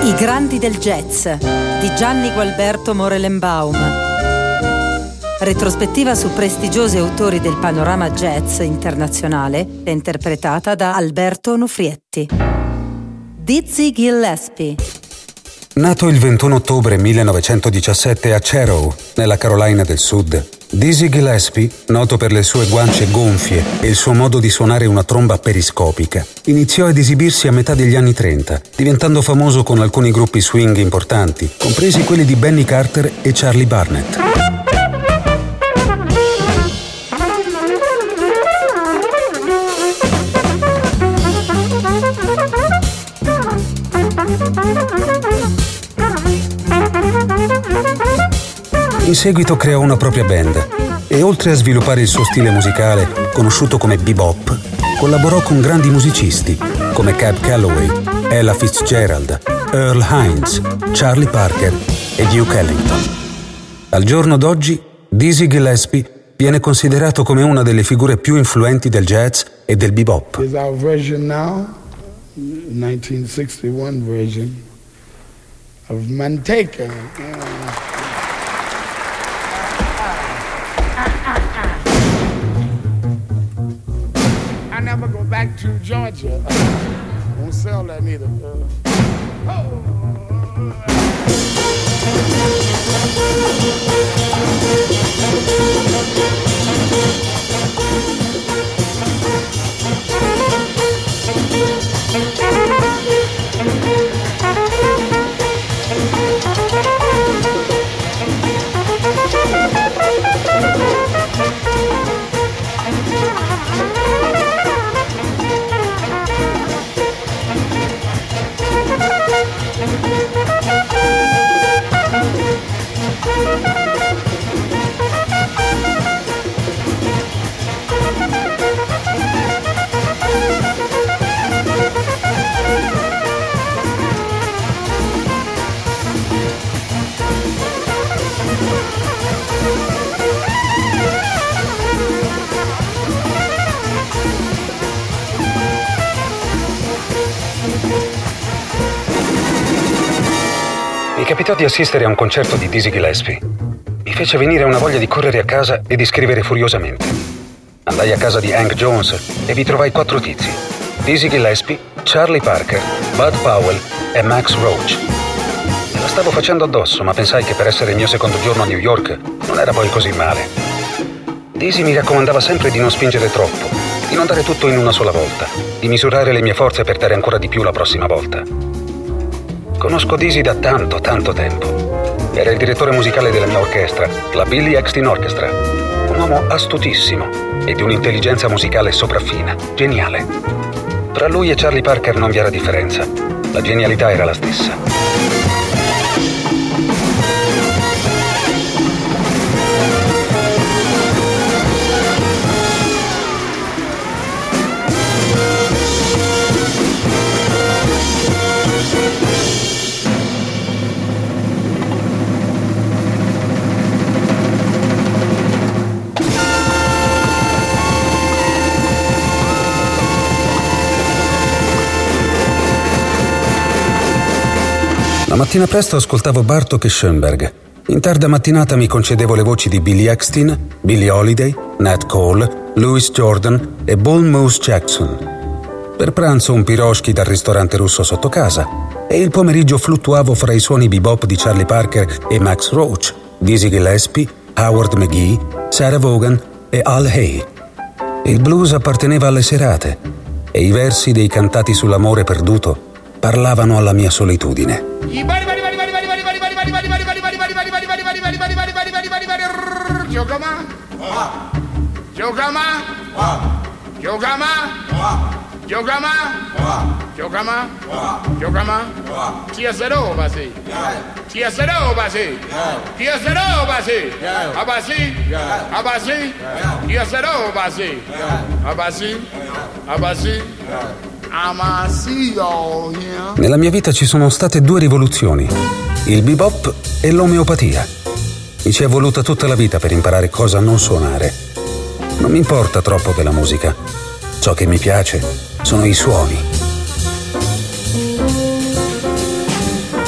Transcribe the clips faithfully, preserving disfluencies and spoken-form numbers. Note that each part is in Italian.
I grandi del jazz di Gianni Gualberto Morelenbaum. Retrospettiva su prestigiosi autori del panorama jazz internazionale, interpretata da Alberto Onufrietti. Dizzy Gillespie. Nato il ventuno ottobre millenovecentodiciassette a Cheraw, nella Carolina del Sud, Dizzy Gillespie, noto per le sue guance gonfie e il suo modo di suonare una tromba periscopica, iniziò ad esibirsi a metà degli anni trenta, diventando famoso con alcuni gruppi swing importanti, compresi quelli di Benny Carter e Charlie Barnett. In seguito creò una propria band e, oltre a sviluppare il suo stile musicale, conosciuto come bebop, collaborò con grandi musicisti come Cab Calloway, Ella Fitzgerald, Earl Hines, Charlie Parker e Duke Ellington. Al giorno d'oggi, Dizzy Gillespie viene considerato come una delle figure più influenti del jazz e del bebop. Is our version now, nineteen sixty-one version of Manteca. Uh, I never go back to Georgia. Won't sell that neither. Uh, oh. Mi capitò di assistere a un concerto di Dizzy Gillespie. Mi fece venire una voglia di correre a casa e di scrivere furiosamente. Andai a casa di Hank Jones e vi trovai quattro tizi: Dizzy Gillespie, Charlie Parker, Bud Powell e Max Roach. Me la stavo facendo addosso, ma pensai che per essere il mio secondo giorno a New York non era poi così male. Dizzy mi raccomandava sempre di non spingere troppo, di non dare tutto in una sola volta, di misurare le mie forze per dare ancora di più la prossima volta. Conosco Dizzy da tanto, tanto tempo. Era il direttore musicale della mia orchestra, la Billy Eckstine Orchestra. Un uomo astutissimo e di un'intelligenza musicale sopraffina, geniale. Tra lui e Charlie Parker non vi era differenza. La genialità era la stessa. La mattina presto ascoltavo Bartók e Schoenberg. In tarda mattinata mi concedevo le voci di Billy Eckstine, Billie Holiday, Nat Cole, Louis Jordan e Bull Moose Jackson. Per pranzo un piroschi dal ristorante russo sotto casa e il pomeriggio fluttuavo fra i suoni bebop di Charlie Parker e Max Roach, Dizzy Gillespie, Howard McGhee, Sarah Vaughan e Al Hay. Il blues apparteneva alle serate e i versi dei cantati sull'amore perduto parlavano alla mia solitudine. Jogama, Jogama, Jogama, Jogama, Jogama, Jogama, Tia Zero Basi, Tia Zero Basi, Tia Zero Basi, Abasi, Abasi, Tia Zero Basi, Abasi, Abasi. Nella mia vita ci sono state due rivoluzioni, il bebop e l'omeopatia. Mi ci è voluta tutta la vita per imparare cosa non suonare. Non mi importa troppo della musica. Ciò che mi piace sono i suoni.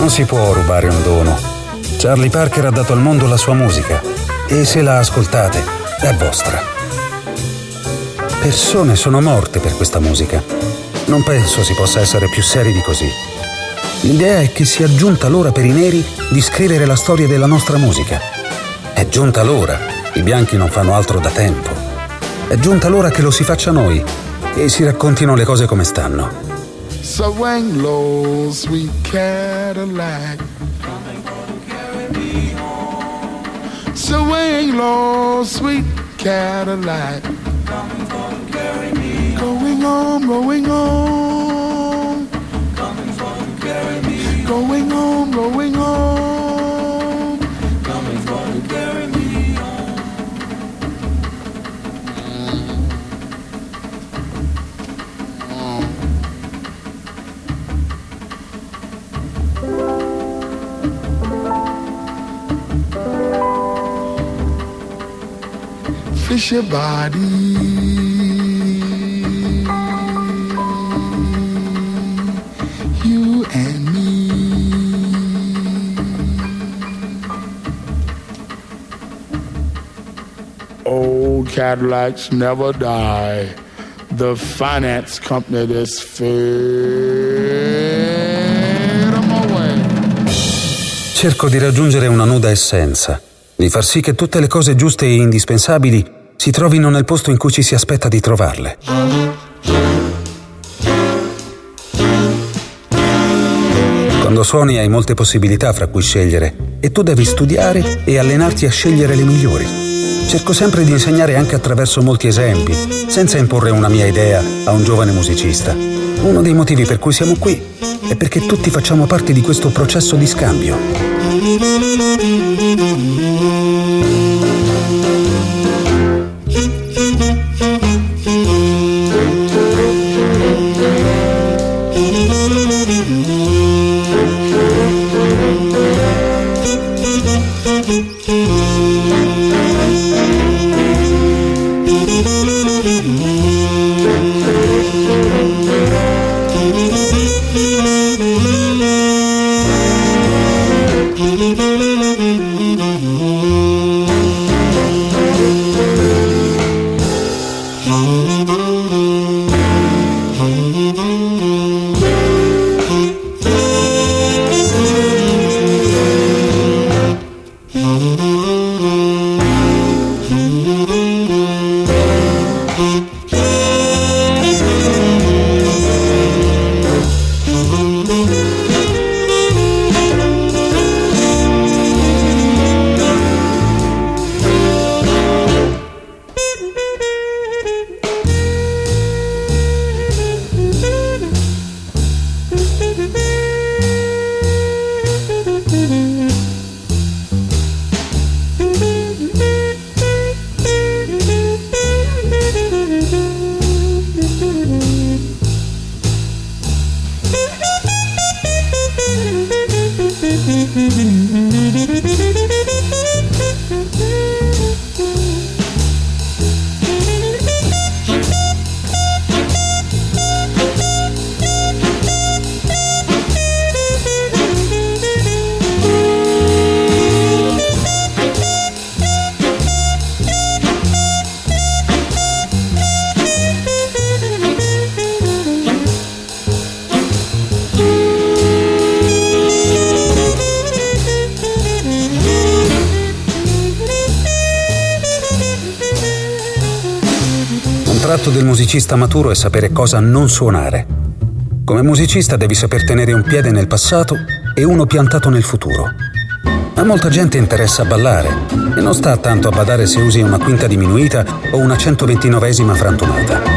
Non si può rubare un dono. Charlie Parker ha dato al mondo la sua musica e se la ascoltate è vostra. Persone sono morte per questa musica. Non penso si possa essere più seri di così. L'idea è che sia giunta l'ora per i neri di scrivere la storia della nostra musica. È giunta l'ora. I bianchi non fanno altro da tempo. È giunta l'ora che lo si faccia noi e si raccontino le cose come stanno. Swing low, sweet Cadillac. Swing low, sweet Cadillac. Going on, going on. Going on, going on. Coming for to carry me home. Fish your body, you and me. Old Cadillacs never die. The finance company that's fade them away. Cerco di raggiungere una nuda essenza, di far sì che tutte le cose giuste e indispensabili si trovino nel posto in cui ci si aspetta di trovarle. Quando suoni hai molte possibilità fra cui scegliere e tu devi studiare e allenarti a scegliere le migliori. Cerco sempre di insegnare anche attraverso molti esempi, senza imporre una mia idea a un giovane musicista. Uno dei motivi per cui siamo qui è perché tutti facciamo parte di questo processo di scambio. Il tratto del musicista maturo è sapere cosa non suonare. Come musicista devi saper tenere un piede nel passato e uno piantato nel futuro. A molta gente interessa ballare e non sta tanto a badare se usi una quinta diminuita o una centoventinovesima frantumata.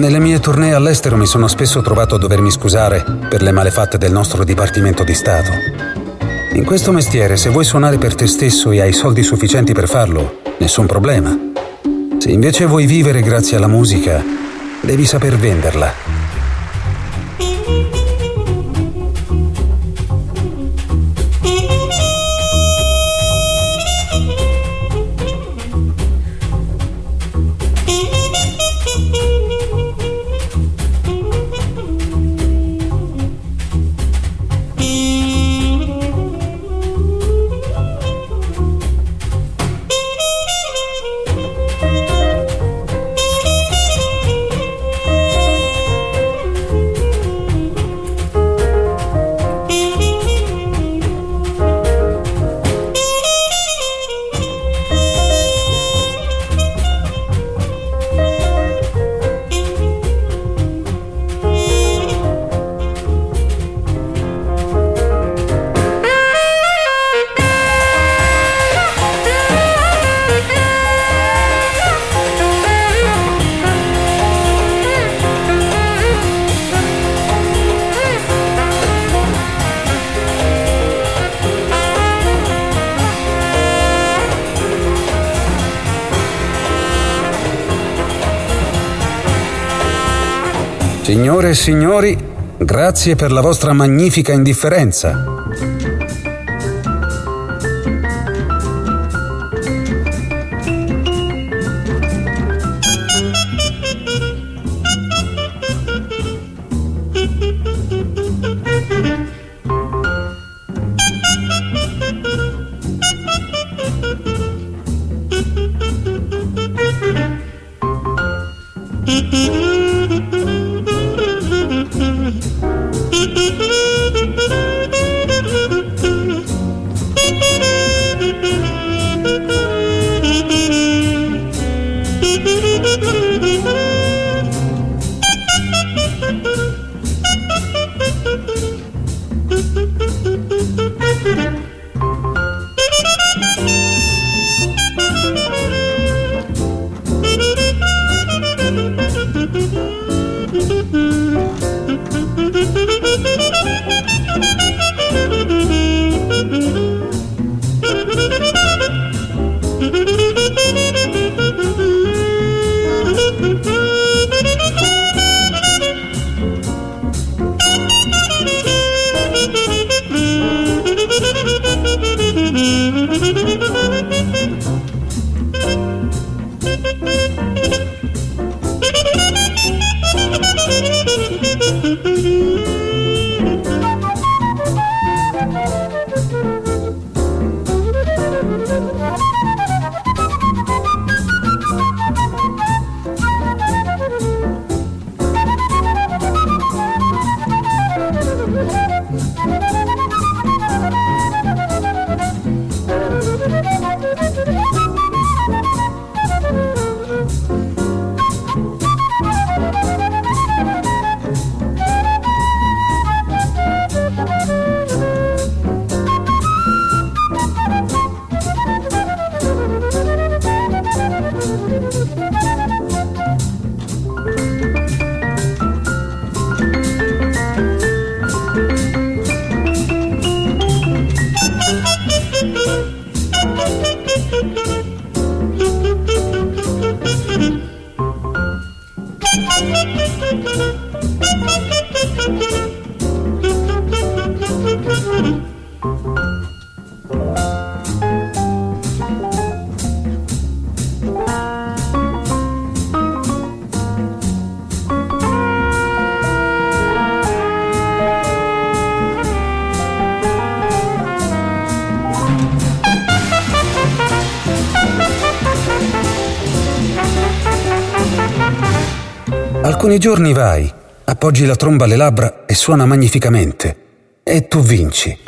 Nelle mie tournée all'estero mi sono spesso trovato a dovermi scusare per le malefatte del nostro Dipartimento di Stato. In questo mestiere, se vuoi suonare per te stesso e hai soldi sufficienti per farlo, nessun problema. Se invece vuoi vivere grazie alla musica, devi saper venderla. Signore e signori, grazie per la vostra magnifica indifferenza. Alcuni giorni vai, appoggi la tromba alle labbra e suona magnificamente. E tu vinci.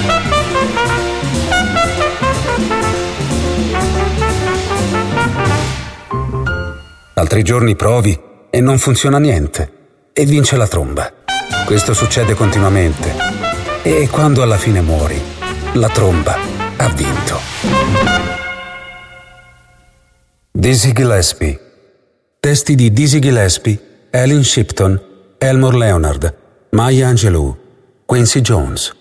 Altri giorni provi e non funziona niente e vince la tromba. Questo succede continuamente. E quando alla fine muori, la tromba ha vinto. Dizzy Gillespie. Testi di Dizzy Gillespie Ellen Shipton, Elmore Leonard, Maya Angelou, Quincy Jones.